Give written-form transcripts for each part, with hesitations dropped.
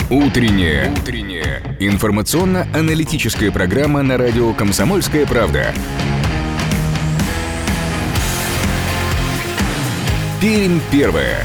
Утренняя информационно-аналитическая программа на радио «Комсомольская правда». Пермь первая.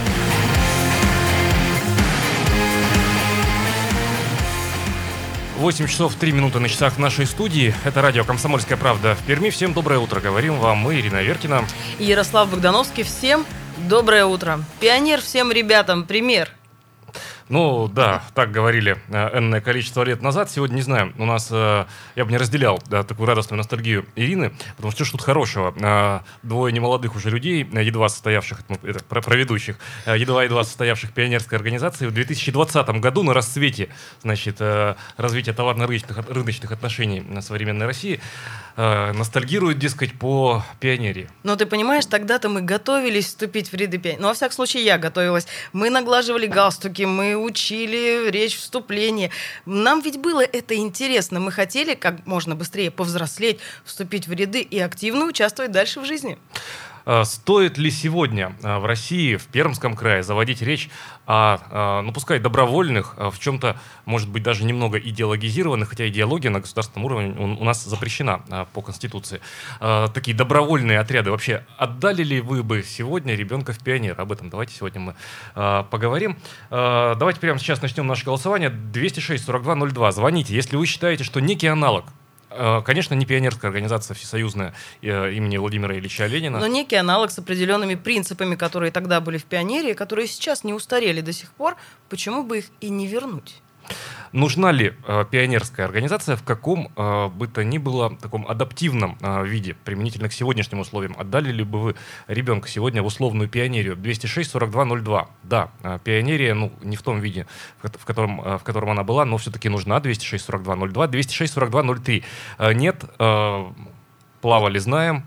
8 часов 3 минуты на часах в нашей студии. Это радио «Комсомольская правда» в Перми. Всем доброе утро. Говорим вам мы, Ирина Веркина. И Ярослав Богдановский. Всем доброе утро. Пионер всем ребятам пример. Ну да, так говорили энное количество лет назад. Сегодня, не знаю, у нас, я бы не разделял такую радостную ностальгию Ирины, потому что что ж тут хорошего. Двое немолодых уже людей, едва состоявших, про ведущих, едва состоявших пионерской организации в 2020 году на расцвете, значит, развития товарно-рыночных отношений на современной России, ностальгируют, дескать, по пионерии. Но ты понимаешь, тогда-то мы готовились вступить в ряды пионеров. Ну, во всяком случае, я готовилась. Мы наглаживали галстуки, мы учили речь, вступление. Нам ведь было это интересно. Мы хотели как можно быстрее повзрослеть, вступить в ряды и активно участвовать дальше в жизни. Стоит ли сегодня в России, в Пермском крае, заводить речь о, ну, пускай добровольных, в чем-то, может быть, даже немного идеологизированных, хотя идеология на государственном уровне у нас запрещена по Конституции, такие добровольные отряды? Вообще, отдали ли вы бы сегодня ребенка в пионер? Об этом давайте сегодня мы поговорим. Давайте прямо сейчас начнем наше голосование. 206-42-02. Звоните, если вы считаете, что некий аналог, конечно, не пионерская организация всесоюзная имени Владимира Ильича Ленина. Но некий аналог с определенными принципами, которые тогда были в пионерии, которые сейчас не устарели до сих пор, почему бы их и не вернуть? Нужна ли пионерская организация в каком бы то ни было таком адаптивном виде, применительно к сегодняшним условиям? Отдали ли бы вы ребенка сегодня в условную пионерию? 206-42-02. Да, пионерия, ну, не в том виде, в котором она была, но все-таки нужна. 206-42-02. 206-42-03. Нет, плавали, знаем,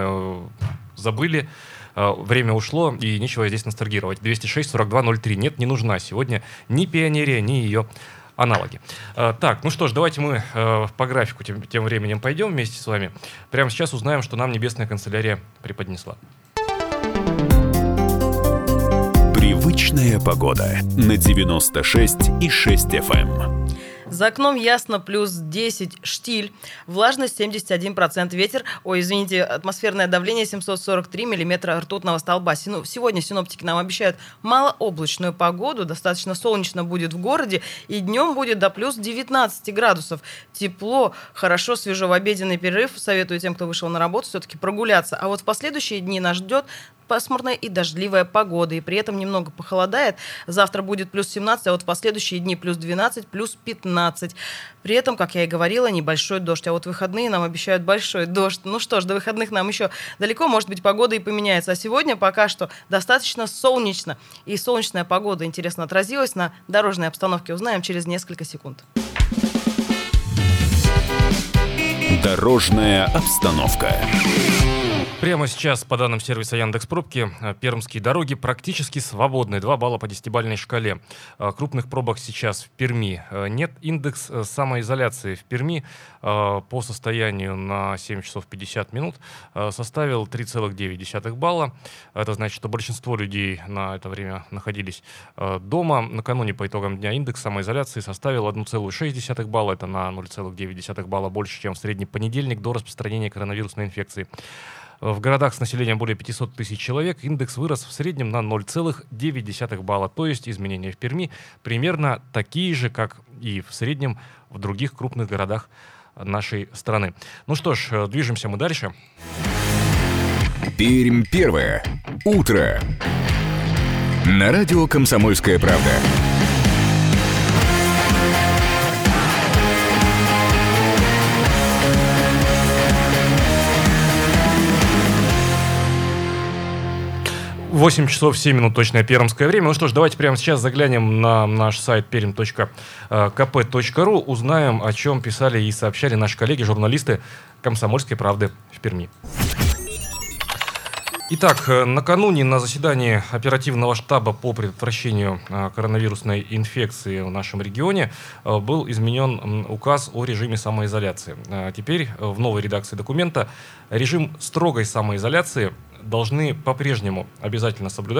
забыли. Время ушло, и нечего здесь ностальгировать. 206-42-03. Нет, не нужна сегодня ни пионерия, ни ее аналоги. Так, ну что ж, давайте мы по графику тем временем пойдем вместе с вами. Прямо сейчас узнаем, что нам Небесная канцелярия преподнесла. Привычная погода на 96,6 FM. За окном ясно, плюс 10, штиль, влажность 71%, ветер, атмосферное давление 743 миллиметра ртутного столба. Сегодня синоптики нам обещают малооблачную погоду, достаточно солнечно будет в городе, и днем будет до плюс 19 градусов. Тепло, хорошо, свежо в обеденный перерыв. Советую тем, кто вышел на работу, все-таки прогуляться. А вот в последующие дни нас ждет пасмурная и дождливая погода, и при этом немного похолодает. Завтра будет плюс 17, а вот в последующие дни плюс 12, плюс 15. При этом, как я и говорила, небольшой дождь. А вот выходные нам обещают большой дождь. Ну что ж, до выходных нам еще далеко, может быть, погода и поменяется. А сегодня пока что достаточно солнечно. И солнечная погода, интересно, отразилась на дорожной обстановке. Узнаем через несколько секунд. Дорожная обстановка. Прямо сейчас, по данным сервиса Яндекс.Пробки, пермские дороги практически свободны. 2 балла по 10-бальной шкале. Крупных пробок сейчас в Перми нет. Индекс самоизоляции в Перми по состоянию на 7 часов 50 минут составил 3,9 балла. Это значит, что большинство людей на это время находились дома. Накануне по итогам дня индекс самоизоляции составил 1,6 балла. Это на 0,9 балла больше, чем в средний понедельник до распространения коронавирусной инфекции. В городах с населением более 500 тысяч человек индекс вырос в среднем на 0,9 балла. То есть изменения в Перми примерно такие же, как и в среднем в других крупных городах нашей страны. Ну что ж, движемся мы дальше. Пермь первая. Утро. На радио «Комсомольская правда». Восемь часов 7 минут точное пермское время. Ну что ж, давайте прямо сейчас заглянем на наш сайт perm.kp.ru, узнаем, о чем писали и сообщали наши коллеги-журналисты «Комсомольской правды» в Перми. Итак, накануне на заседании оперативного штаба по предотвращению коронавирусной инфекции в нашем регионе был изменен указ о режиме самоизоляции. Теперь в новой редакции документа режим строгой самоизоляции должны по-прежнему обязательно соблюдать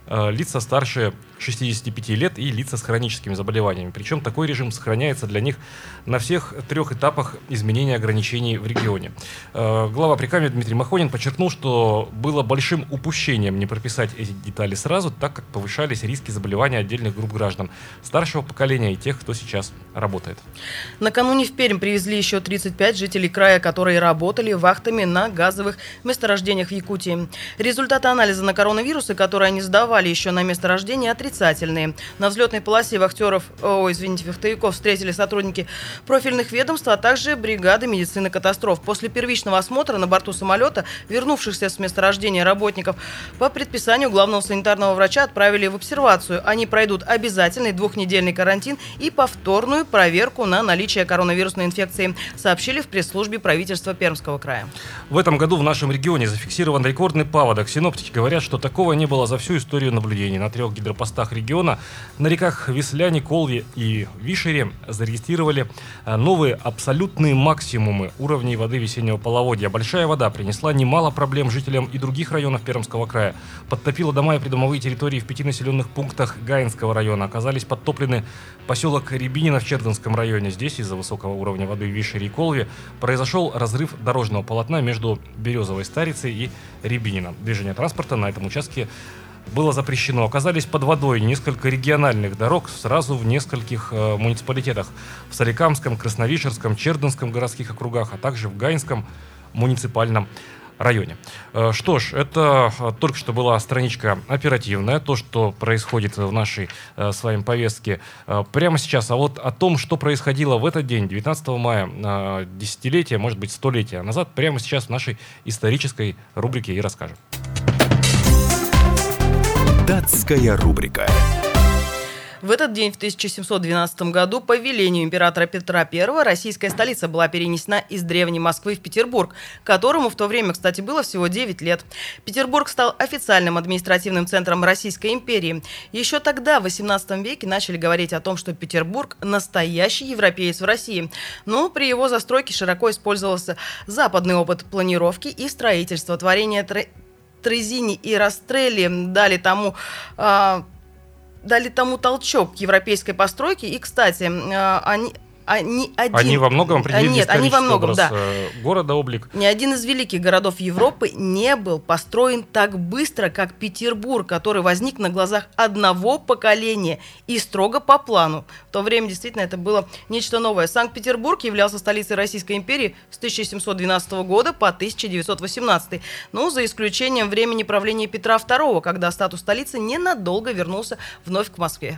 лица старше 65 лет и лица с хроническими заболеваниями. Причем такой режим сохраняется для них на всех 3 этапах изменения ограничений в регионе. Глава прикамья Дмитрий Махонин подчеркнул, что было большим упущением не прописать эти детали сразу, так как повышались риски заболевания отдельных групп граждан старшего поколения и тех, кто сейчас работает. Накануне в Пермь привезли еще 35 жителей края, которые работали вахтами на газовых месторождениях в Якутии. Результаты анализа на коронавирусы, которые они сдавали еще на месторождении, отрицательные. На взлетной полосе вахтовиков встретили сотрудники профильных ведомств, а также бригады медицины катастроф. После первичного осмотра на борту самолета, вернувшихся с месторождения работников, по предписанию главного санитарного врача отправили в обсервацию. Они пройдут обязательный 2-недельный карантин и повторную проверку на наличие коронавирусной инфекции, сообщили в пресс-службе правительства Пермского края. В этом году в нашем регионе зафиксирован рекордный паводок. Синоптики говорят, что такого не было за всю историю наблюдений. На 3 гидропостах региона на реках Весляне, Колве и Вишере зарегистрировали новые абсолютные максимумы уровней воды весеннего половодья. Большая вода принесла немало проблем жителям и других районов Пермского края. Подтопила дома и придомовые территории в 5 населенных пунктах Гаинского района. Оказались подтоплены поселок Рябинино в Чердынском районе. Здесь из-за высокого уровня воды в Вишере и Колве произошел разрыв дорожного полотна между Березовой Старицей и Рябинино. Движение транспорта на этом участке было запрещено. Оказались под водой несколько региональных дорог сразу в нескольких муниципалитетах. В Соликамском, Красновишерском, Чердынском городских округах, а также в Гаинском муниципальном районе. Что ж, это только что была страничка оперативная, то, что происходит в нашей с вами повестке прямо сейчас. А вот о том, что происходило в этот день, 19 мая, десятилетия, может быть, столетия назад, прямо сейчас в нашей исторической рубрике и расскажем. Датская рубрика. В этот день, в 1712 году, по велению императора Петра I, российская столица была перенесена из древней Москвы в Петербург, которому в то время, кстати, было всего 9 лет. Петербург стал официальным административным центром Российской империи. Еще тогда, в XVIII веке, начали говорить о том, что Петербург – настоящий европеец в России. Но при его застройке широко использовался западный опыт планировки и строительства. Творения Трезини и Растрелли дали тому толчок к европейской постройке. И, кстати, Они во многом определили исторический образ города, облик. Ни один из великих городов Европы не был построен так быстро, как Петербург, который возник на глазах одного поколения и строго по плану. В то время действительно это было нечто новое. Санкт-Петербург являлся столицей Российской империи с 1712 года по 1918, за исключением времени правления Петра II, когда статус столицы ненадолго вернулся вновь к Москве.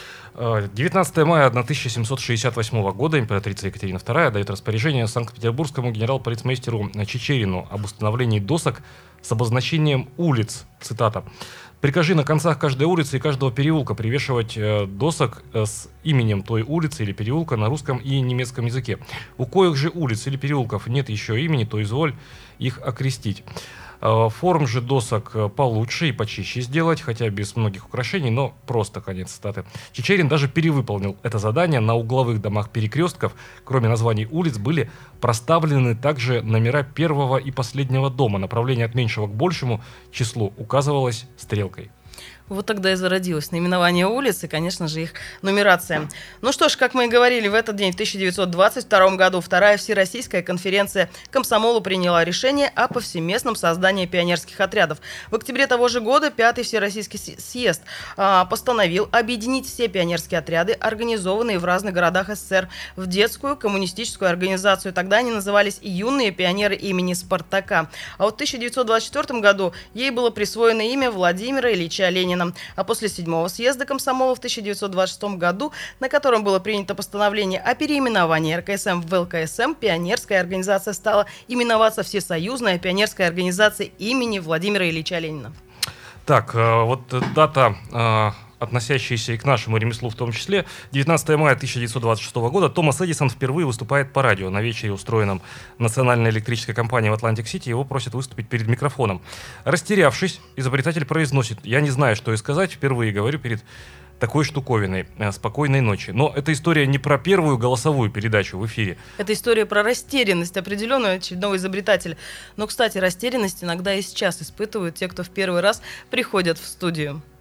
19 мая 1768 года императрица Екатерина II дает распоряжение санкт-петербургскому генерал-полицмейстеру Чичерину об установлении досок с обозначением улиц. Цитата. «Прикажи на концах каждой улицы и каждого переулка привешивать досок с именем той улицы или переулка на русском и немецком языке. У коих же улиц или переулков нет еще имени, то изволь их окрестить. Форм же досок получше и почище сделать, хотя без многих украшений, но просто», конец цитаты. Чичерин даже перевыполнил это задание. На угловых домах перекрестков, кроме названий улиц, были проставлены также номера первого и последнего дома. Направление от меньшего к большему числу указывалось стрелкой. Вот тогда и зародилось наименование улиц и, конечно же, их нумерация. Ну что ж, как мы и говорили, в этот день, в 1922 году, Вторая Всероссийская конференция комсомола приняла решение о повсеместном создании пионерских отрядов. В октябре того же года Пятый Всероссийский съезд постановил объединить все пионерские отряды, организованные в разных городах СССР, в детскую коммунистическую организацию. Тогда они назывались «Юные пионеры имени Спартака». А вот в 1924 году ей было присвоено имя Владимира Ильича Ленина. А после 7-го съезда комсомола в 1926 году, на котором было принято постановление о переименовании РКСМ в ЛКСМ, пионерская организация стала именоваться Всесоюзная пионерская организация имени Владимира Ильича Ленина. Так, вот дата, относящаяся и к нашему ремеслу в том числе. 19 мая 1926 года Томас Эдисон впервые выступает по радио. На вечере, устроенном Национальной электрической компанией в Атлантик-Сити, его просят выступить перед микрофоном. Растерявшись, изобретатель произносит: «Я не знаю, что и сказать, впервые говорю перед такой штуковиной. Спокойной ночи». Но эта история не про первую голосовую передачу в эфире. Это история про растерянность определенного очередного изобретателя. Но, кстати, растерянность иногда и сейчас испытывают те, кто в первый раз приходят в студию.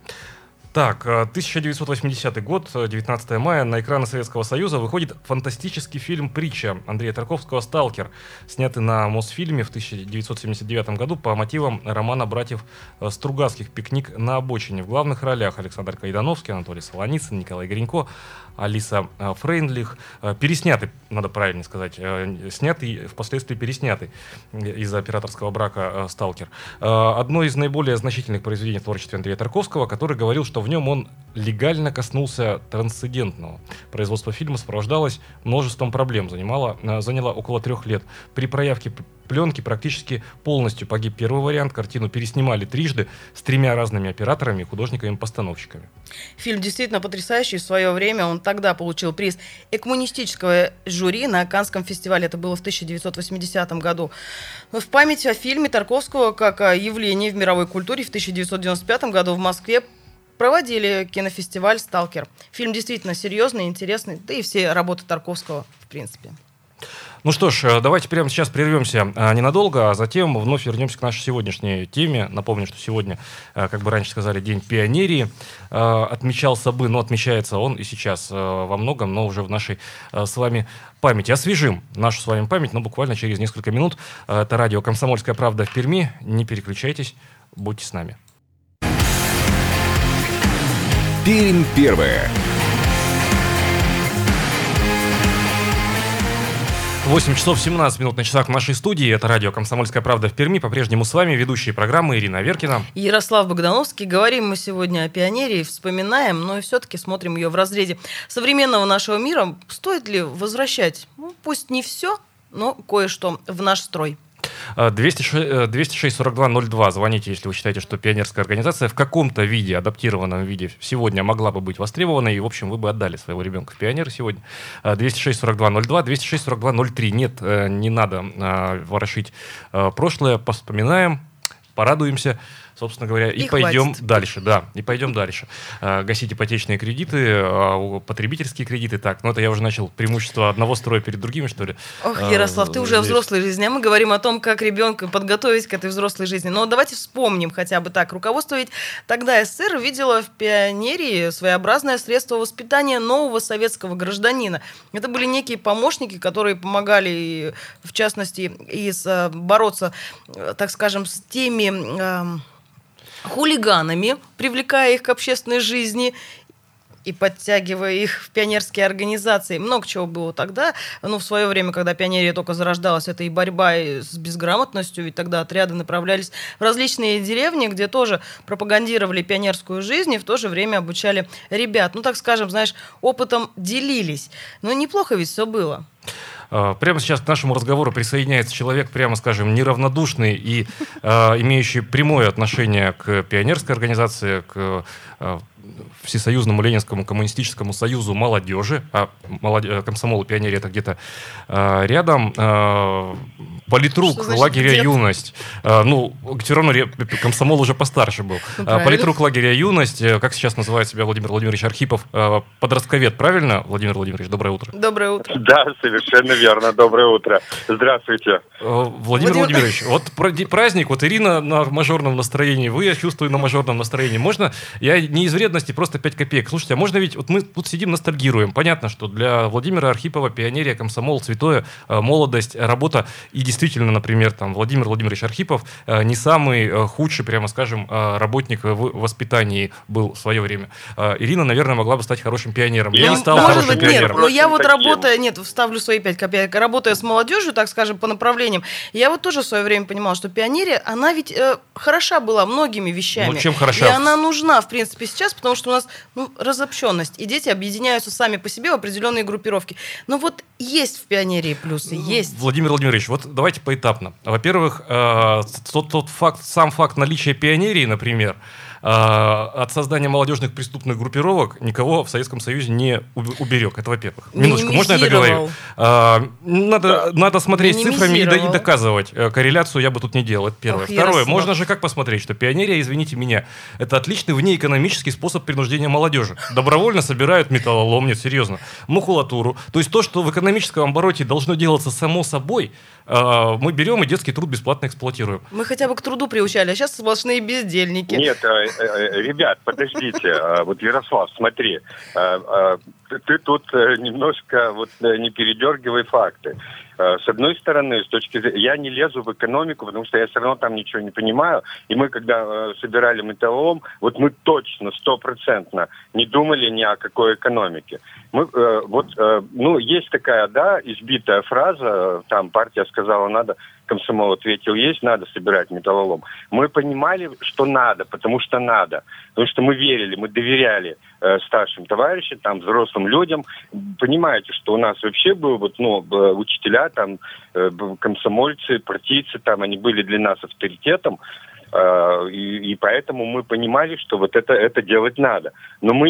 Так, 1980 год, 19 мая, на экраны Советского Союза выходит фантастический фильм «Притча» Андрея Тарковского «Сталкер», снятый на Мосфильме в 1979 году по мотивам романа братьев Стругацких «Пикник на обочине». В главных ролях Александр Кайдановский, Анатолий Солоницын, Николай Гринько, Алиса Фрейндлих. Переснятый, надо правильно сказать, снятый, впоследствии переснятый из-за операторского брака «Сталкер». Одно из наиболее значительных произведений в творчестве Андрея Тарковского, который говорил, что в нем он легально коснулся трансцендентного. Производство фильма сопровождалось множеством проблем, заняло около 3 лет. При проявке пленки практически полностью погиб первый вариант. Картину переснимали трижды с 3 разными операторами и художниками-постановщиками. Фильм действительно потрясающий. В свое время он тогда получил приз экуманистического жюри на Каннском фестивале. Это было в 1980 году. В память о фильме Тарковского как о явлении в мировой культуре в 1995 году в Москве проводили кинофестиваль «Сталкер». Фильм действительно серьезный, интересный, да и все работы Тарковского, в принципе. Ну что ж, давайте прямо сейчас прервемся ненадолго, а затем вновь вернемся к нашей сегодняшней теме. Напомню, что сегодня, как бы раньше сказали, День пионерии. Отмечался бы, но отмечается он и сейчас во многом, но уже в нашей с вами памяти. Освежим нашу с вами память, но буквально через несколько минут. Это радио «Комсомольская правда» в Перми. Не переключайтесь, будьте с нами. Пермь первая. 8 часов 17 минут на часах в нашей студии. Это радио «Комсомольская правда» в Перми. По-прежнему с вами ведущие программы Ирина Аверкина. Ярослав Богдановский. Говорим мы сегодня о пионерии, вспоминаем, но и все-таки смотрим ее в разрезе современного нашего мира. Стоит ли возвращать, пусть не все, но кое-что в наш строй? 206-42-02. Звоните, если вы считаете, что пионерская организация в каком-то виде, адаптированном виде сегодня могла бы быть востребована, и, в общем, вы бы отдали своего ребенка в пионеры сегодня. 206-42-02, 206-42-03. Нет, не надо ворошить прошлое, вспоминаем, порадуемся, собственно говоря, и пойдем дальше. Да, и пойдем дальше. Гасить ипотечные кредиты, потребительские кредиты. Так, ну это я уже начал преимущество одного строя перед другими, что ли? Ох, Ярослав, ты уже о взрослой жизни, а мы говорим о том, как ребенка подготовить к этой взрослой жизни. Но давайте вспомним хотя бы так. Руководство ведь тогда СССР видело в пионерии своеобразное средство воспитания нового советского гражданина. Это были некие помощники, которые помогали, в частности, бороться, так скажем, с теми хулиганами, привлекая их к общественной жизни и подтягивая их в пионерские организации. Много чего было тогда. В свое время, когда пионерия только зарождалась, это и борьба с безграмотностью, ведь тогда отряды направлялись в различные деревни, где тоже пропагандировали пионерскую жизнь и в то же время обучали ребят. Так скажем, опытом делились. Но неплохо ведь все было. Прямо сейчас к нашему разговору присоединяется человек, прямо скажем, неравнодушный и имеющий прямое отношение к пионерской организации, к Всесоюзному Ленинскому коммунистическому союзу молодежи, комсомол и пионерия это где-то рядом, политрук лагеря «Юность». Все равно комсомол уже постарше был. Политрук лагеря «Юность», как сейчас называет себя Владимир Владимирович Архипов, подростковед, правильно, Владимир Владимирович? Доброе утро. Доброе утро. Да, совершенно верно. Доброе утро. Здравствуйте. Владимир Владимирович, вот праздник, вот Ирина на мажорном настроении, вы, я чувствую, на мажорном настроении. Можно, я не из вредности, просто 5 копеек. Слушайте, а можно ведь, вот мы тут сидим, ностальгируем. Понятно, что для Владимира Архипова пионерия, комсомол, святое, молодость, работа. И действительно, например, Владимир Владимирович Архипов не самый худший, прямо скажем, работник в воспитании был в свое время. Ирина, наверное, могла бы стать хорошим пионером. Я не стал хорошим пионером. Но я вот работая, вставлю свои 5 копеек, работая с молодежью, так скажем, по направлениям, я вот тоже в свое время понимала, что пионерия, она ведь хороша была многими вещами. Чем хороша? И она нужна, в принципе, сейчас, потому что у нас разобщенность, и дети объединяются сами по себе в определенные группировки. Но вот есть в пионерии плюсы, есть. Владимир Владимирович, вот давайте поэтапно. Во-первых, сам факт наличия пионерии, например, от создания молодежных преступных группировок никого в Советском Союзе не уберег. Это во-первых. Минуточку, можно я договорю? Надо смотреть цифрами и доказывать. Корреляцию я бы тут не делал. Это первое. Второе, можно же как посмотреть, что пионерия, извините меня, это отличный внеэкономический способ принуждения молодежи. Добровольно собирают металлолом, нет, серьезно, макулатуру. То есть то, что в экономическом обороте должно делаться само собой, мы берем и детский труд бесплатно эксплуатируем. Мы хотя бы к труду приучали, а сейчас сплошные бездельники. Нет, ребят, подождите. Вот, Ярослав, смотри. Ты тут немножко не передергивай факты. С одной стороны, с точки зрения... Я не лезу в экономику, потому что я все равно там ничего не понимаю. И мы, когда собирали металлолом, мы точно, 100% не думали ни о какой экономике. Есть такая, избитая фраза, там партия сказала, надо, комсомол ответил, есть, надо собирать металлолом. Мы понимали, что надо, потому что надо. Потому что мы верили, мы доверяли старшим товарищам, там, взрослым людям. Понимаете, что у нас вообще был учителя, там, комсомольцы, партийцы, там, они были для нас авторитетом. И поэтому мы понимали, что это делать надо. Но мы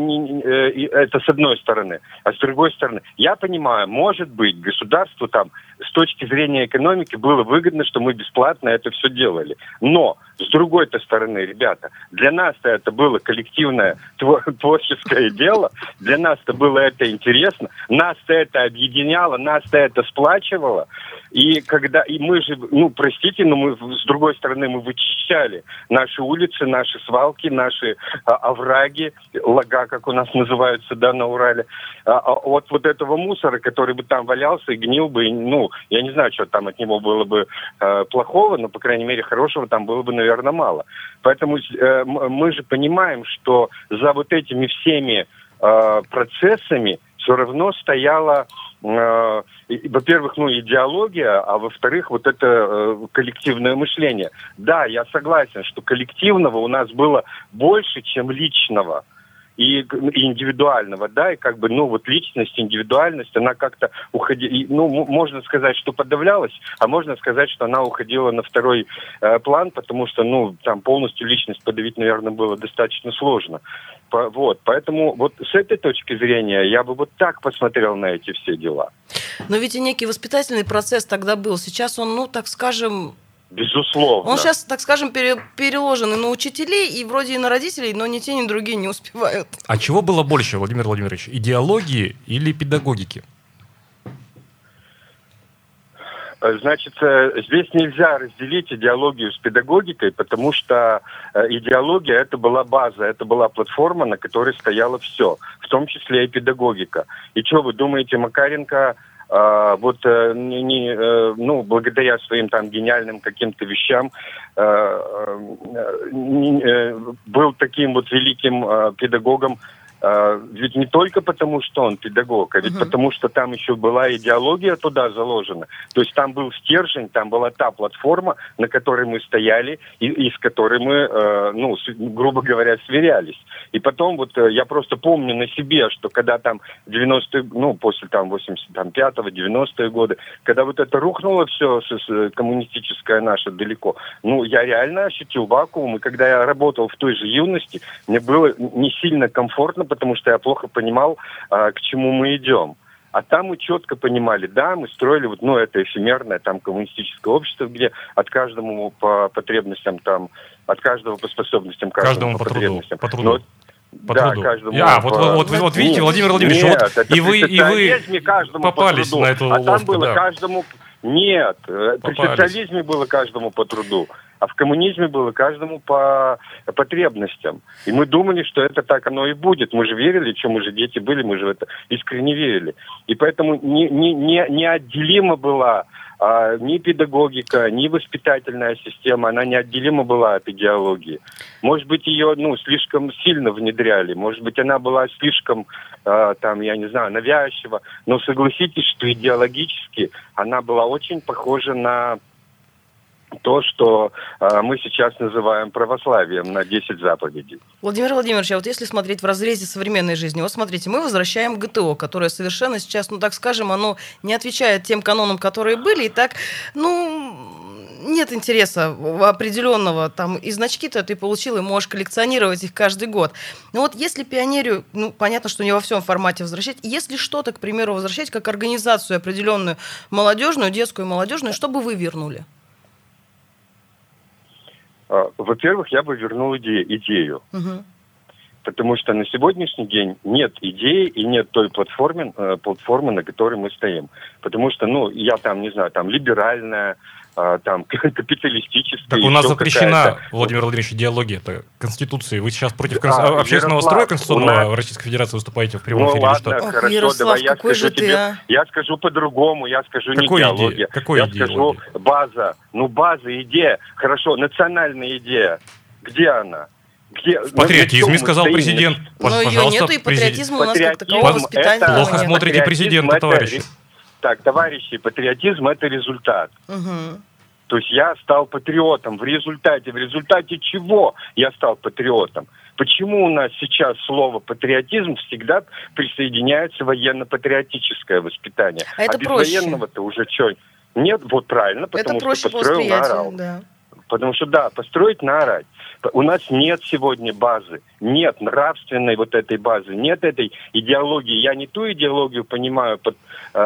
это с одной стороны. А с другой стороны, я понимаю, может быть, государству там с точки зрения экономики было выгодно, что мы бесплатно это все делали. Но с другой-то стороны, ребята, для нас-то это было коллективное творческое дело, для нас-то было это интересно, нас-то это объединяло, нас-то это сплачивало. И мы же, простите, но мы, с другой стороны, мы вычищали наши улицы, наши свалки, наши овраги, лага, как у нас называются, на Урале, от этого мусора, который бы там валялся и гнил бы, я не знаю, что там от него было бы плохого, но, по крайней мере, хорошего там было бы, наверное, мало. Поэтому мы же понимаем, что за этими всеми процессами все равно стояла, во-первых, идеология, а во-вторых, это коллективное мышление. Да, я согласен, что коллективного у нас было больше, чем личного. И индивидуального, и личность, индивидуальность, она как-то уходила, можно сказать, что подавлялась, а можно сказать, что она уходила на второй план, потому что, там полностью личность подавить, наверное, было достаточно сложно. Поэтому с этой точки зрения я бы так посмотрел на эти все дела. Но ведь и некий воспитательный процесс тогда был. Сейчас он, так скажем... Безусловно. Он сейчас, так скажем, переложен и на учителей, и вроде и на родителей, но ни те, ни другие не успевают. А чего было больше, Владимир Владимирович? Идеологии или педагогики? Значит, здесь нельзя разделить идеологию с педагогикой, потому что идеология – это была база, это была платформа, на которой стояло все, в том числе и педагогика. И что вы думаете, Макаренко... благодаря своим там гениальным каким-то вещам был таким великим педагогом, ведь не только потому, что он педагог, а ведь потому, что там еще была идеология туда заложена. То есть там был стержень, там была та платформа, на которой мы стояли и с которой мы, грубо говоря, сверялись. И потом я просто помню на себе, что когда там 90-е, после 85-го, 90-е годы, когда это рухнуло все коммунистическое наше далеко, я реально ощутил вакуум. И когда я работал в той же юности, мне было не сильно комфортно, потому что я плохо понимал, к чему мы идем. А там мы четко понимали, мы строили это эфемерное коммунистическое общество, где от каждому по потребностям, от каждого по способностям, каждому по потребностям. По труду. Каждому. Видите, Владимир Владимирович, и вы попались на эту уловку. А там было каждому... Нет, при социализме было каждому по труду, а в коммунизме было каждому по потребностям. И мы думали, что это так оно и будет. Мы же верили, мы же дети были, мы же в это искренне верили. И поэтому неотделима была ни педагогика, ни воспитательная система, она неотделима была от идеологии. Может быть, ее слишком сильно внедряли, может быть, она была слишком, навязчива, но согласитесь, что идеологически она была очень похожа на то, что мы сейчас называем православием, на 10 заповедей. Владимир Владимирович, а если смотреть в разрезе современной жизни, смотрите, мы возвращаем ГТО, которое совершенно сейчас, так скажем, оно не отвечает тем канонам, которые были, и так, нет интереса определенного, и значки-то ты получил, и можешь коллекционировать их каждый год. Но если пионерию, понятно, что не во всем формате возвращать, если что-то, к примеру, возвращать как организацию определенную молодежную, детскую, молодежную, что бы вы вернули? Во-первых, я бы вернул идею. Потому что на сегодняшний день нет идеи и нет той платформы, на которой мы стоим. Потому что, я либеральная, там капиталистическая. Так у нас запрещена, Владимир Владимирович, идеология. Это Конституции. Вы сейчас против общественного строя конституционного Российской Федерации выступаете в прямом эфире? Ладно, Ох, хорошо, Ярослав, давай я скажу тебе. Я скажу по-другому, я скажу не идеология. Я скажу база. База, идея. Хорошо, национальная идея. Где она? В патриотизме, сказал президент. Но ее нету, и патриотизма у нас как такового воспитания. Плохо смотрите президента, товарищи. Так, товарищи, патриотизм – это результат. Угу. То есть я стал патриотом в результате чего я стал патриотом? Почему у нас сейчас слово «патриотизм» всегда присоединяется военно-патриотическое воспитание? А это без проще. военного-то уже что? Нет, вот правильно, потому это что построил, наорал. Да. Потому что, построить, наорать. У нас нет сегодня базы, нет нравственной вот этой базы, нет этой идеологии. Я не ту идеологию понимаю под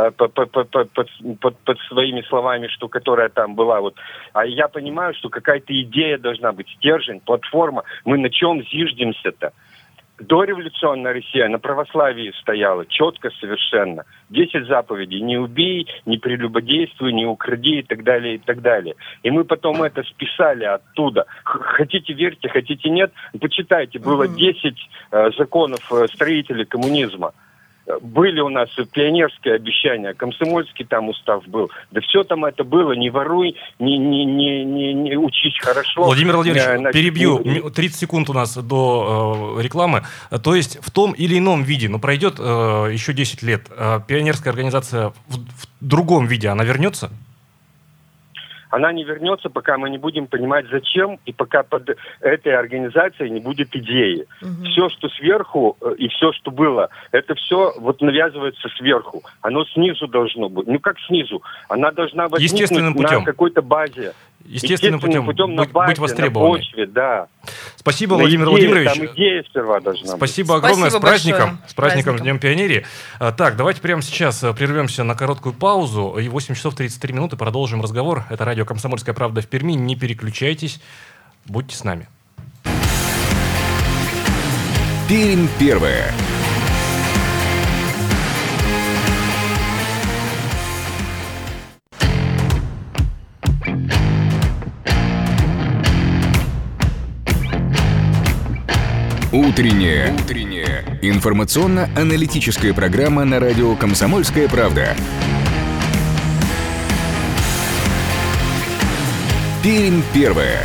своими словами, которая там была, а я понимаю, что какая-то идея должна быть, стержень, платформа. Мы на чем зиждемся-то? Дореволюционная Россия на православии стояла четко совершенно. 10 заповедей: не убей, не прелюбодействуй, не укради и так далее, и так далее. И мы потом это списали оттуда. Хотите верьте, хотите нет, почитайте. Было 10 законов строителей коммунизма. Были у нас пионерские обещания, комсомольский там устав был. Да все там это было, не воруй, не учись хорошо. Владимир Владимирович, перебью, 30 секунд у нас до рекламы. То есть в том или ином виде, пройдет еще 10 лет, пионерская организация в другом виде, она вернется? Она не вернется, пока мы не будем понимать, зачем, и пока под этой организацией не будет идеи. Все, что сверху, и все, что было, это все навязывается сверху. Оно снизу должно быть. Как снизу? Она должна возникнуть на какой-то базе. Естественным путем на базе, быть востребованной. На почве, да. Спасибо, Владимир Владимирович. Там идея сперва должна Спасибо быть. огромное. С праздником. Большое. С праздником, с Днем пионерии. Так, давайте прямо сейчас прервемся на короткую паузу. И 8 часов 33 минуты продолжим разговор. Это радио «Комсомольская правда» в Перми. Не переключайтесь. Будьте с нами. Пермь первая. Утренняя информационно-аналитическая программа на радио «Комсомольская правда». Пермь первая.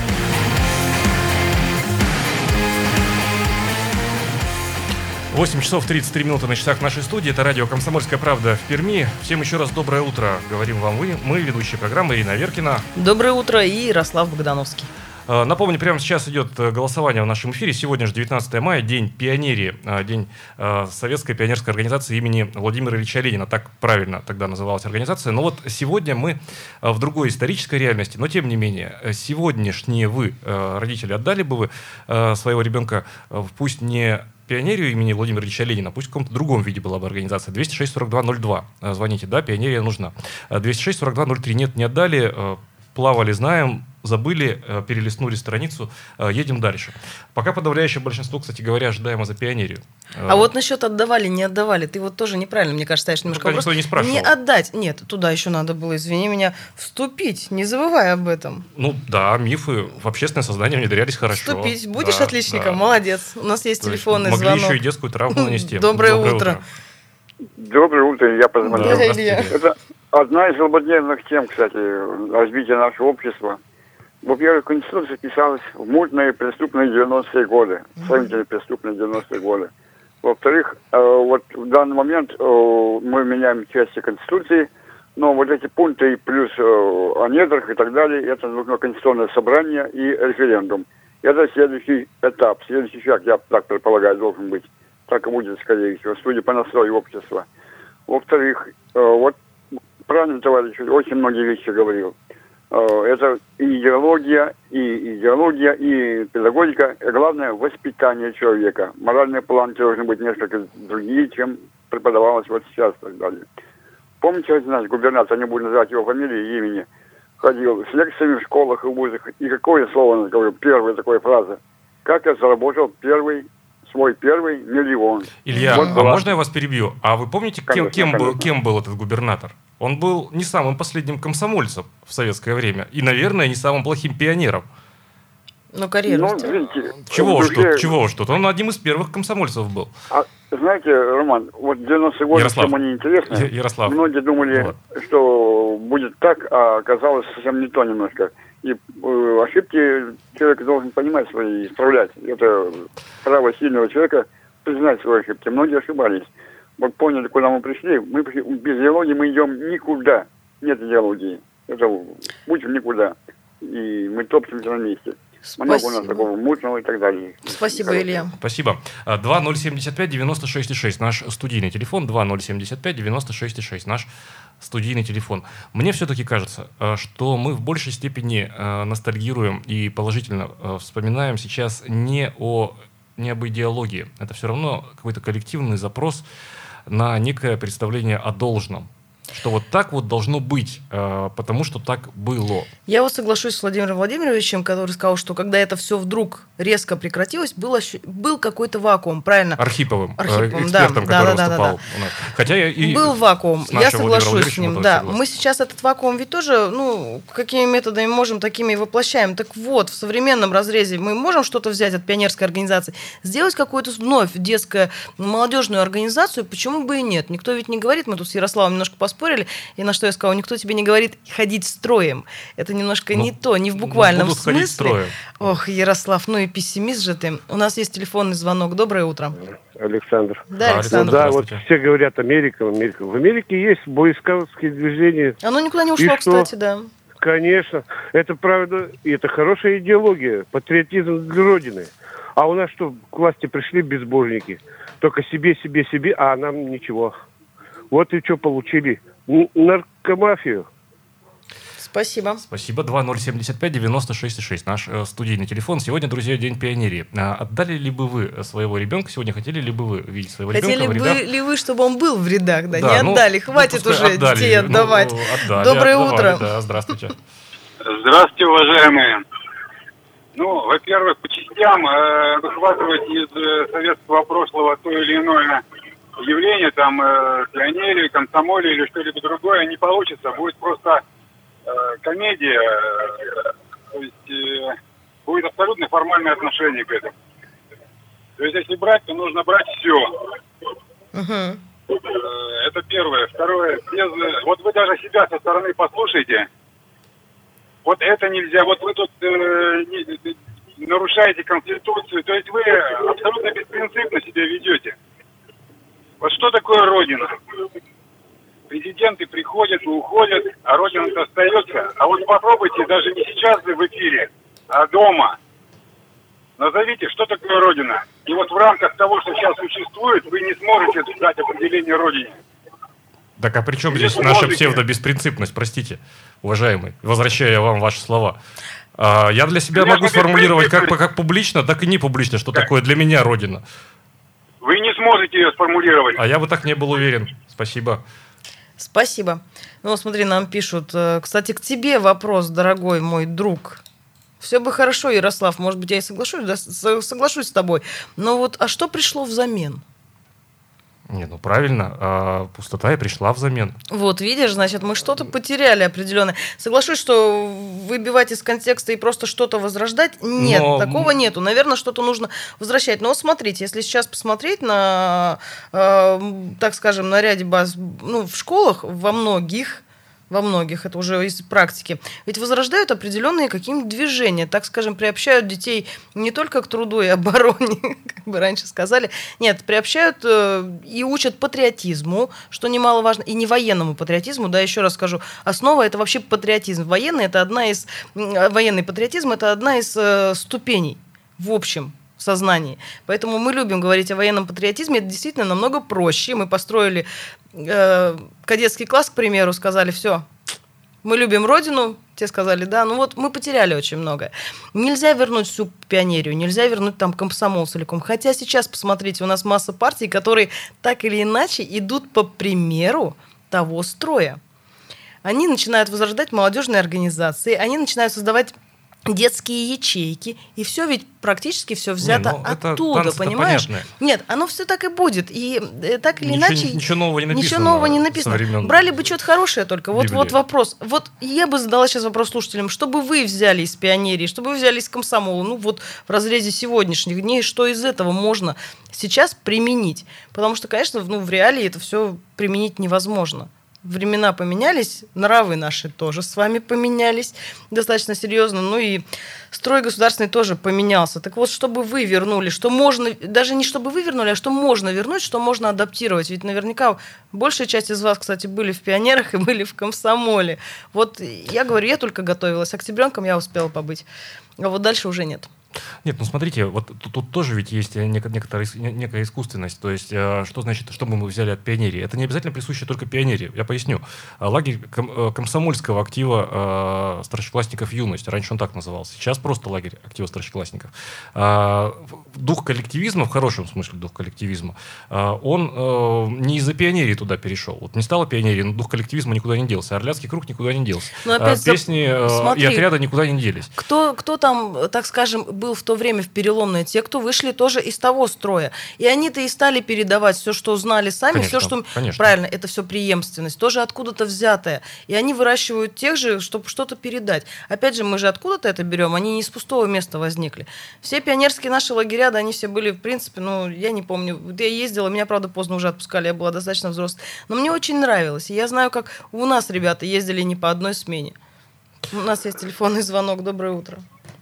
Восемь часов 33 минуты на часах нашей студии. Это радио «Комсомольская правда» в Перми. Всем еще раз доброе утро. Говорим вам мы, ведущие программы Ирина Веркина. Доброе утро, и Ярослав Богдановский. Напомню, прямо сейчас идет голосование в нашем эфире. Сегодня же 19 мая, День пионерии, День Советской пионерской организации имени Владимира Ильича Ленина. Так правильно тогда называлась организация. Но сегодня мы в другой исторической реальности. Но тем не менее, сегодняшние вы, родители, отдали бы вы своего ребенка, пусть не пионерию имени Владимира Ильича Ленина, пусть в каком-то другом виде была бы организация. 206-42-02. Звоните, да, пионерия нужна. 206-42-03. Нет, не отдали. Плавали, знаем, забыли, перелистнули страницу, едем дальше. Пока подавляющее большинство, кстати говоря, ожидаемо за пионерию. А насчет отдавали, не отдавали, ты тоже неправильно, мне кажется, ставишь немножко вопрос. Никто не спрашивал. Не отдать, нет, туда еще надо было, извини меня, вступить, не забывай об этом. Да, мифы в общественное сознание внедрялись хорошо. Вступить, будешь отличником, молодец. У нас есть телефонный звонок. Могли еще и детскую травму нанести. Доброе утро. Доброе утро, я позвонил. Да, Илья. Это одна из злободневных тем, кстати, развития нашего общества. Во-первых, Конституция писалась в мутные преступные 90-е годы, сравнительно преступные 90-е годы. Во-вторых, в данный момент мы меняем части Конституции, но эти пункты плюс о недрах и так далее, это нужно конституционное собрание и референдум. Это следующий этап, следующий шаг, я так предполагаю, должен быть. Так и будет, скорее всего, судя по настрою общества. Во-вторых, правильно товарищ очень многие вещи говорил. Это и идеология, и педагогика. Главное, воспитание человека. Моральные планы должны быть несколько другие, чем преподавалось сейчас и так далее. Помните, наш губернатор, не буду называть его фамилии и имени, ходил с лекциями в школах и вузах. И какое слово он говорил? Первая такая фраза. Как я заработал первый свой первый миллион. Илья, Вот а была. можно я вас перебью? А вы помните, Конечно, конечно. кем был этот губернатор? Он был не самым последним комсомольцем в советское время. И, наверное, не самым плохим пионером. Ну, карьеру Ну, сделал. видите, Чего в уж душе- тут, чего уж тут. Он одним из первых комсомольцев был. А, знаете, Роман, вот 90-е годы, Ярослав. всем они интересны. Ярослав. Многие думали, Вот. что будет так, а оказалось совсем не то немножко. И ошибки человек должен понимать свои и исправлять. Это право сильного человека признать свои ошибки. Многие ошибались. Вот поняли, куда мы пришли. Без идеологии мы идем никуда. Нет идеологии. Это путь в никуда. И мы топчемся на месте. Много у нас Спасибо. такого мутного и так далее. Спасибо, Илья. Спасибо. 2075-96-6, наш студийный телефон. 2075-96-6, наш студийный телефон. Мне все-таки кажется, что мы в большей степени ностальгируем и положительно вспоминаем сейчас не об идеологии. Это все равно какой-то коллективный запрос на некое представление о должном. Что вот так вот должно быть, потому что так было. Я вот соглашусь с Владимиром Владимировичем, который сказал, что когда это все вдруг резко прекратилось, был какой-то вакуум, правильно? Архиповым, Архиповым, экспертом, да, который да, выступал у нас. Хотя и Был вакуум, с я нашим Владимиром соглашусь с Владимировичем ним. мы Да, тоже согласны. мы сейчас этот вакуум ведь тоже, какими методами можем, такими и воплощаем. Так вот, в современном разрезе мы можем что-то взять от пионерской организации, сделать какую-то вновь детскую молодежную организацию, почему бы и нет? Никто ведь не говорит, мы тут с Ярославом немножко поспорили, и на что я сказала, никто тебе не говорит ходить строем. Это немножко не то, не в буквальном будут ходить смысле. строем. Ох, Ярослав, ну и пессимист же ты. У нас есть телефонный звонок. Доброе утро. Александр. Да, Да, Александр. Да, вот здравствуйте. все говорят Америка. В Америке есть бойскаутские движения. Оно никуда не ушло, И что? кстати, да. Конечно, это правда, и это хорошая идеология, патриотизм для Родины. А у нас что, к власти пришли безбожники? Только себе, а нам ничего. Вот и что получили. Наркомафию. Спасибо. Спасибо. 2075-96-6, наш студийный телефон. Сегодня, друзья, День пионерии. Отдали ли бы вы своего ребенка? Сегодня хотели ли бы вы видеть своего Хотели ребенка в бы рядах? ли вы, чтобы он был в рядах? Да, Да, не отдали. Хватит пускай уже отдали. детей отдавать. Отдали, Доброе отдавали, утро. Да, здравствуйте. Здравствуйте, уважаемые. Ну, во-первых, по частям выхватывать из советского прошлого то или иное явление, там, пионерию, комсомоле или что-либо другое не получится. Будет просто комедия, то есть будет абсолютно формальное отношение к этому. То есть, если брать, то нужно брать все. Мгм. Это первое. Второе, вот вы даже себя со стороны послушайте. Вот это нельзя. Вот вы тут нарушаете Конституцию. То есть вы абсолютно беспринципно себя ведете. Вот что такое Родина? Президенты приходят и уходят, а Родина-то остается. А вот попробуйте даже не сейчас в эфире, а дома. Назовите, что такое Родина. И вот в рамках того, что сейчас существует, вы не сможете дать определение Родине. Так а при чем здесь Если наша можете. псевдобеспринципность, простите, уважаемый, возвращая вам ваши слова? Я для себя Конечно, могу сформулировать беспринципность. как публично, так и не публично, что такое для меня Родина. Вы не сможете ее сформулировать. А я бы так не был уверен. Спасибо. Спасибо. Ну, смотри, нам пишут. Кстати, к тебе вопрос, дорогой мой друг. Все бы хорошо, Ярослав, может быть, я и соглашусь, да, соглашусь с тобой. Но вот, а что пришло взамен? Не, ну правильно, пустота и пришла взамен. Вот, видишь, значит, мы что-то потеряли определенное. Соглашусь, что выбивать из контекста и просто что-то возрождать, нет, Но- такого нету. Наверное, что-то нужно возвращать. Но вот смотрите, если сейчас посмотреть на, так скажем, на ряде баз, в школах во многих, это уже из практики, ведь возрождают определенные какие-нибудь движения, так скажем, приобщают детей не только к труду и обороне, как бы раньше сказали, нет, приобщают и учат патриотизму, что немаловажно, и не военному патриотизму, да, еще раз скажу, основа это вообще патриотизм. Военный патриотизм это одна из ступеней в общем сознании. Поэтому мы любим говорить о военном патриотизме. Это действительно намного проще. Мы построили кадетский класс, к примеру, сказали, все, мы любим Родину, те сказали, да, ну вот мы потеряли очень многое. Нельзя вернуть всю пионерию, нельзя вернуть там комсомол целиком. Хотя сейчас, посмотрите, у нас масса партий, которые так или иначе идут по примеру того строя. Они начинают возрождать молодежные организации, они начинают создавать детские ячейки, и все ведь практически все взято оттуда, понимаешь? Понятно. Нет, оно все так и будет. И так или Ничего, иначе... Ничего нового не написано. Ничего нового не написано. Брали бы что-то хорошее только. Вот вопрос. Вот я бы задала сейчас вопрос слушателям. Что бы вы взяли из пионерии, что бы вы взяли из комсомола? Ну вот в разрезе сегодняшних дней, что из этого можно сейчас применить? Потому что, конечно, в реалии это все применить невозможно. Времена поменялись, нравы наши тоже с вами поменялись достаточно серьезно, ну и строй государственный тоже поменялся. Так вот, чтобы вы вернули, что можно, даже не чтобы вы вернули, а что можно вернуть, что можно адаптировать. Ведь наверняка большая часть из вас, кстати, были в пионерах и были в комсомоле. Вот я говорю, я только готовилась, октябренком я успела побыть, а вот дальше уже нет. Нет, ну смотрите, вот тут тоже ведь есть некая искусственность. То есть, что значит, что мы взяли от пионерии? Это не обязательно присуще только пионерии. Я поясню. Лагерь комсомольского актива старшеклассников «Юность». Раньше он так назывался. Сейчас просто лагерь актива старшеклассников. Дух коллективизма, в хорошем смысле дух коллективизма, он не из-за пионерии туда перешел. Вот не стало пионерии, но дух коллективизма никуда не делся. Орляцкий круг никуда не делся. Песни и отряда никуда не делись. Кто там, так скажем, был в то время в переломное, те, кто вышли тоже из того строя. И они-то и стали передавать все, что узнали сами, конечно, все, что... Конечно. Правильно, это все преемственность, тоже откуда-то взятое. И они выращивают тех же, чтобы что-то передать. Опять же, мы же откуда-то это берем, они не из пустого места возникли. Все пионерские наши лагеря, да, они все были, в принципе, я не помню, я ездила, меня, правда, поздно уже отпускали, я была достаточно взрослой. Но мне очень нравилось. И я знаю, как у нас ребята ездили не по одной смене. У нас есть телефонный звонок. Доброе утро.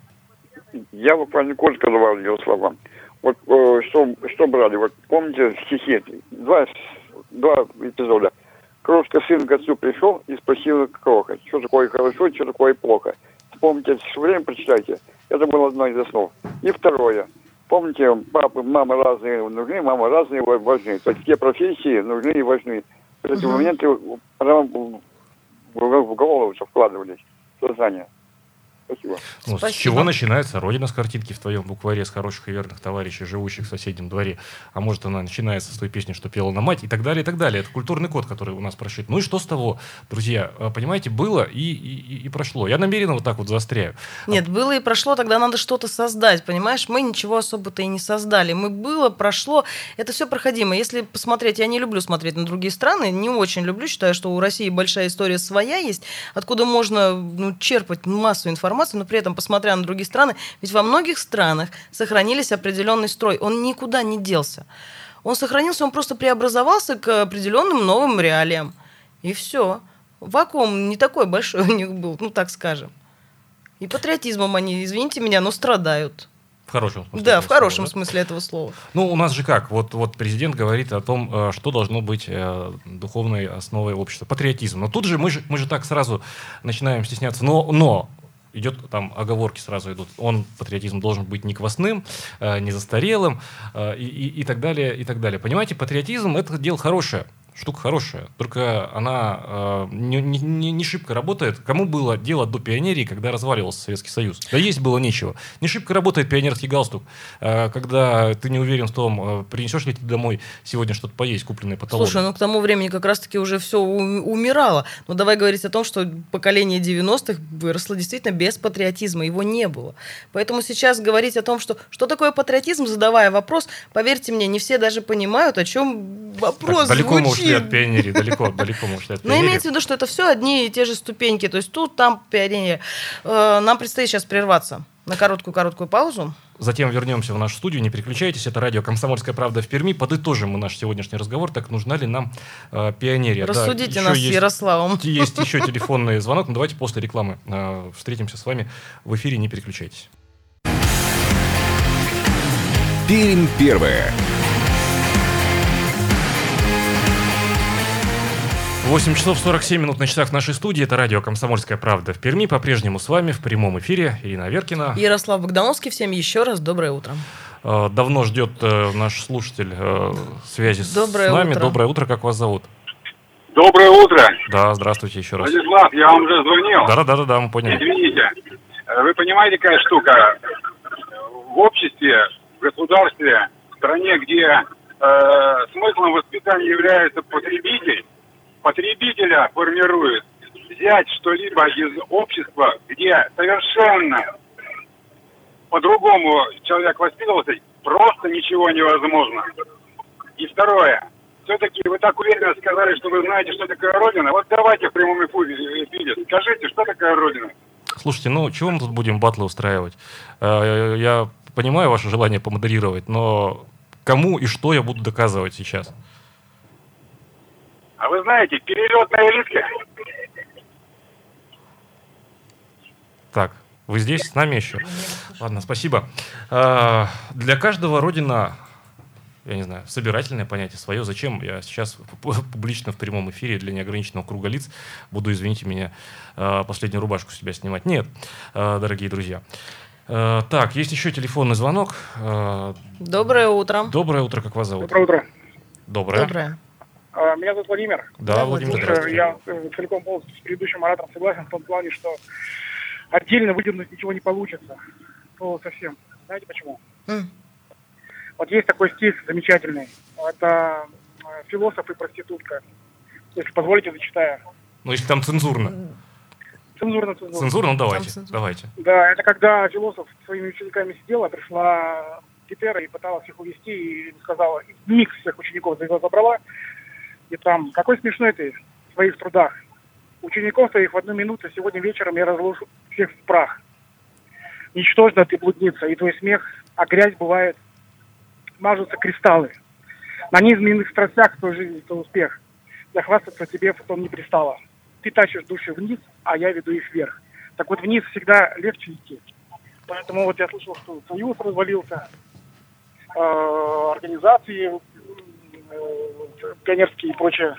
Я буквально коротко добавлю слова. Вот что брали, вот помните стихи, два эпизода. Крошка сын к отцу пришел и спросил кроха, что такое хорошо, что такое плохо. Помните, это все время прочитайте. Это было одно из основ. И второе. Помните, папа, мама разные нужны, мама разные важны. То есть те профессии нужны и важны. Вот эти моменты прямо в голову вкладывались, в сознание. Спасибо. Ну, с чего начинается Родина с картинки в твоем букваре, с хороших и верных товарищей, живущих в соседнем дворе? А может, она начинается с той песни, что пела на мать, и так далее, и так далее. Это культурный код, который у нас прошит. Ну и что с того, друзья? Понимаете, было и прошло. Я намеренно вот так вот заостряю. Нет, было и прошло, тогда надо что-то создать, понимаешь? Мы ничего особо-то и не создали. Мы было, прошло, это все проходимо. Если посмотреть, я не люблю смотреть на другие страны, не очень люблю, считаю, что у России большая история своя есть, откуда можно черпать массу информации, но при этом, посмотря на другие страны, ведь во многих странах сохранились определенный строй, он никуда не делся. Он сохранился, он просто преобразовался к определенным новым реалиям. И все. Вакуум не такой большой у них был, так скажем. И патриотизмом они, извините меня, но страдают. В хорошем смысле. Да, в хорошем смысле этого слова. Ну, у нас же как? Вот президент говорит о том, что должно быть духовной основой общества. Патриотизм. Но тут же мы же так сразу начинаем стесняться. Но идет там оговорки сразу идут. Патриотизм должен быть не квасным, не застарелым и так далее, и так далее. Понимаете, патриотизм — это дело хорошее. Штука хорошая, только она не шибко работает. Кому было дело до пионерии, когда разваливался Советский Союз? Да есть было нечего. Не шибко работает пионерский галстук, когда ты не уверен в том, принесешь ли ты домой сегодня что-то поесть, купленное по талону. Слушай, к тому времени как раз-таки уже все умирало. Но давай говорить о том, что поколение 90-х выросло действительно без патриотизма, его не было. Поэтому сейчас говорить о том, что такое патриотизм, задавая вопрос, поверьте мне, не все даже понимают, о чем вопрос далеко звучит. От пионерии, далеко мы ушли от пионерии. Но имеется в виду, что это все одни и те же ступеньки. То есть тут, там пионерия. Нам предстоит сейчас прерваться на короткую паузу. Затем вернемся в нашу студию. Не переключайтесь. Это радио «Комсомольская правда» в Перми. Подытожим мы наш сегодняшний разговор. Так нужна ли нам пионерия? Рассудите нас с Ярославом. Есть еще телефонный звонок. Но давайте после рекламы встретимся с вами в эфире. Не переключайтесь. Пермь первая. 8 часов 47 минут на часах в нашей студии. Это радио «Комсомольская правда» в Перми. По-прежнему с вами в прямом эфире Ирина Аверкина. Ярослав Богдановский. Всем еще раз доброе утро. Давно ждет наш слушатель связи с нами. Утро. Доброе утро. Как вас зовут? Доброе утро. Да, здравствуйте еще раз. Владислав, я вам уже звонил. Да, мы поняли. Извините. Вы понимаете, какая штука? В обществе, в государстве, в стране, где смыслом воспитания является потребителя формирует взять что-либо из общества, где совершенно по-другому человек воспитывался, просто ничего невозможно. И второе. Все-таки вы так уверенно сказали, что вы знаете, что такое Родина. Вот давайте в прямом эфире скажите, что такое Родина? Слушайте, ну чего мы тут будем батлы устраивать? Я понимаю ваше желание помодерировать, но кому и что я буду доказывать сейчас? А вы знаете, перелетная элитка. Так, вы здесь с нами еще? Ладно, спасибо. Для каждого Родина, я не знаю, собирательное понятие свое. Зачем я сейчас публично в прямом эфире для неограниченного круга лиц буду, извините меня, последнюю рубашку с себя снимать? Нет, дорогие друзья. Так, есть еще телефонный звонок. Доброе утро. Доброе утро, как вас зовут? Доброе утро. Доброе. Доброе. Меня зовут Владимир. Да, Владимир, здравствуйте. Я целиком полностью с предыдущим оратором согласен в том плане, что отдельно выдернуть ничего не получится. Ну, совсем. Знаете почему? Вот есть такой стих замечательный. Это «Философ и проститутка». Если позволите, зачитаю. Ну, если там цензурно. Цензурно. Цензурно, ну давайте. Да, это когда философ со своими учениками сидела, пришла Гетера и пыталась их увести, и сказала, микс всех учеников забрала, и там, какой смешной ты в своих трудах. Учеников твоих в 1 минуту сегодня вечером я разложу всех в прах. Ничтожно ты блудница, и твой смех, а грязь бывает, мажутся кристаллы. На низменных страстях твой жизнь, это успех. Я хвастаться тебе в том не пристало. Ты тащишь души вниз, а я веду их вверх. Так вот, вниз всегда легче идти. Поэтому вот я слышал, что Союз развалился, организации пионерские и прочее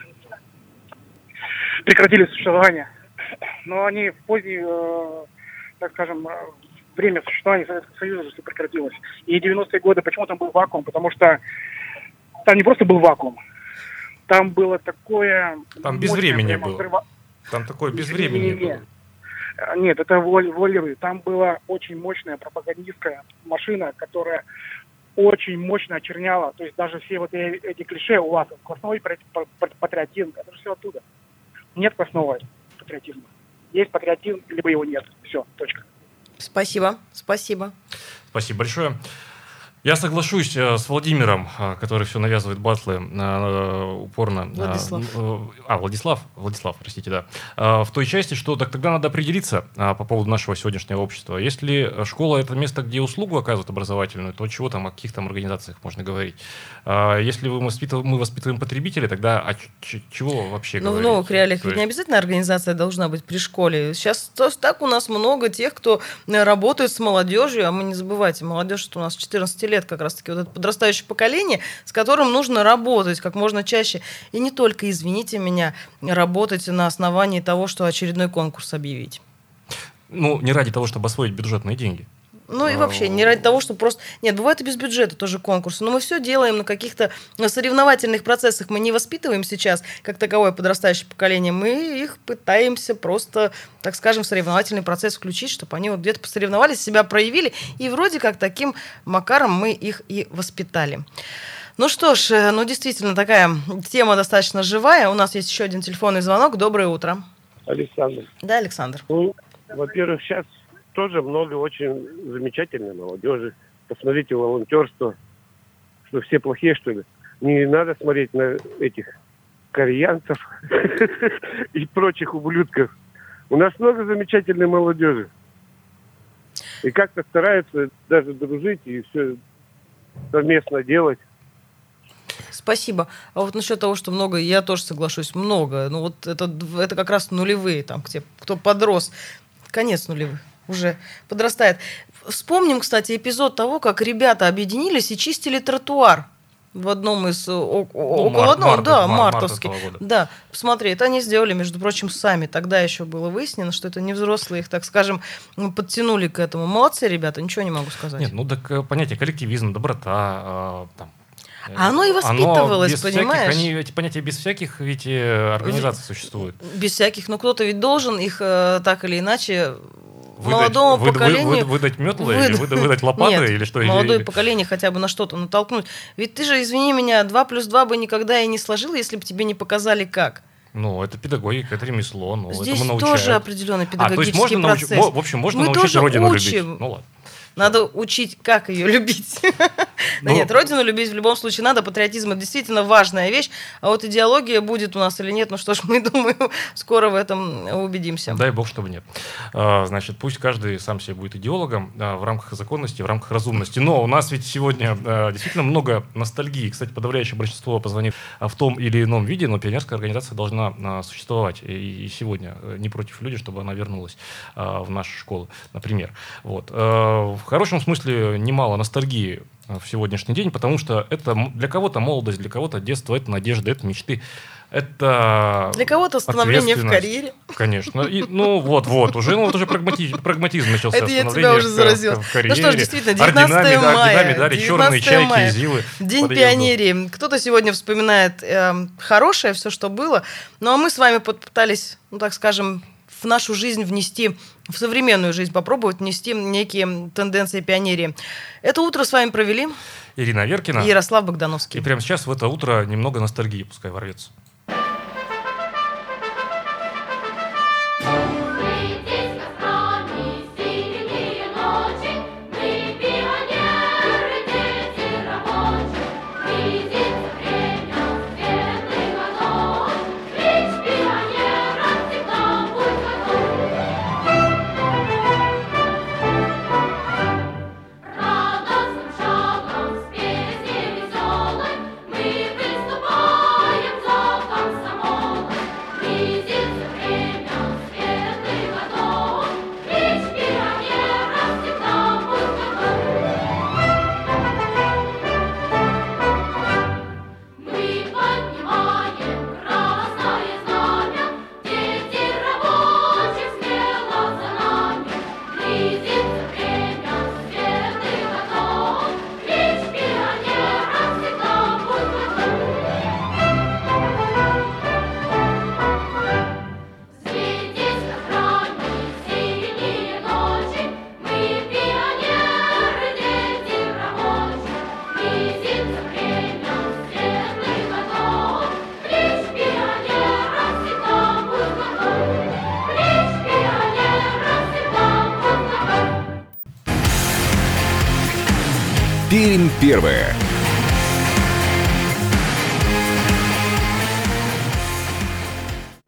прекратили существование. Но они в позднее, так скажем, время существования Советского Союза все прекратилось. И 90-е годы, почему там был вакуум? Потому что там не просто был вакуум, там было такое... Там безвремение было. Там такое безвремение было. Нет, это волевые. Там была очень мощная пропагандистская машина, которая очень мощно очерняла. То есть даже все вот эти клише у вас, классовой патриотизм, это же все оттуда. Нет классового патриотизма. Есть патриотизм, либо его нет. Все, точка. Спасибо. Спасибо большое. Я соглашусь с Владимиром, который все навязывает батлы упорно. Владислав, простите, да. В той части, что так тогда надо определиться по поводу нашего сегодняшнего общества. Если школа — это место, где услугу оказывают образовательную, то чего там, о каких там организациях можно говорить? Если мы воспитываем потребителей, тогда чего вообще говорить? В новых реалиях ведь не обязательно организация должна быть при школе. Сейчас так у нас много тех, кто работает с молодежью, а мы не забывайте, молодежь, что у нас 14 лет как раз-таки вот это подрастающее поколение, с которым нужно работать как можно чаще. И не только, извините меня, работать на основании того, что очередной конкурс объявить. Ну, не ради того, чтобы освоить бюджетные деньги. Ну и вообще, не ради того, что просто... Нет, бывает и без бюджета тоже конкурсы, но мы все делаем на каких-то соревновательных процессах. Мы не воспитываем сейчас, как таковое подрастающее поколение, мы их пытаемся просто, так скажем, в соревновательный процесс включить, чтобы они вот где-то посоревновались, себя проявили, и вроде как таким макаром мы их и воспитали. Ну что ж, действительно, такая тема достаточно живая. У нас есть еще один телефонный звонок. Доброе утро. Александр. Да, Александр. Ну, во-первых, сейчас тоже много очень замечательной молодежи. Посмотрите волонтерство. Что все плохие, что ли? Не надо смотреть на этих кореянцев и прочих ублюдков. У нас много замечательной молодежи. И как-то стараются даже дружить и все совместно делать. Спасибо. А вот насчет того, что много, я тоже соглашусь, много. Ну вот это как раз нулевые, там, кто подрос. Конец нулевых. Уже подрастает. Вспомним, кстати, эпизод того, как ребята объединились и чистили тротуар в одном из мартовский. Да, посмотри, это они сделали, между прочим, сами. Тогда еще было выяснено, что это не взрослые, их, так скажем, подтянули к этому. Молодцы, ребята, ничего не могу сказать. Нет, так понятие коллективизм, доброта, оно и воспитывалось, понимаешь? Эти понятия без всяких ведь организаций существуют. Без всяких, но кто-то ведь должен их так или иначе молодому поколению... Выдать метлы или выдать лопаты? Нет, или что? Молодое поколение хотя бы на что-то натолкнуть. Ведь ты же, извини меня, 2 + 2 бы никогда и не сложил, если бы тебе не показали как. Это педагогика, это ремесло. Здесь этому тоже научают. определенный педагогический то есть процесс. В общем, можно научить родину любить. Ну ладно. Надо учить, как ее любить. Да нет, родину любить в любом случае надо. Патриотизм — это действительно важная вещь. А вот идеология будет у нас или нет, ну что ж, мы, думаю, скоро в этом убедимся. Дай бог, чтобы нет. Значит, пусть каждый сам себе будет идеологом в рамках законности, в рамках разумности. Но у нас ведь сегодня действительно много ностальгии. Кстати, подавляющее большинство позвонит в том или ином виде, но пионерская организация должна существовать. И сегодня не против люди, чтобы она вернулась в наши школы, например. Вот. В хорошем смысле немало ностальгии в сегодняшний день, потому что это для кого-то молодость, для кого-то детство, это надежды, это мечты. Это для кого-то становление в карьере. Конечно. И, уже прагматизм начался. Это я тебя уже заразила. Ну что ж, действительно, 19 мая. Медали, черные чайки, зилы. День пионерии. Кто-то сегодня вспоминает хорошее, все, что было. Ну а мы с вами попытались, ну так скажем, в нашу жизнь внести, в современную жизнь попробовать внести некие тенденции пионерии. Это утро с вами провели Ирина Веркина и Ярослав Богдановский. И прямо сейчас в это утро немного ностальгии пускай ворвется. Пермь первая.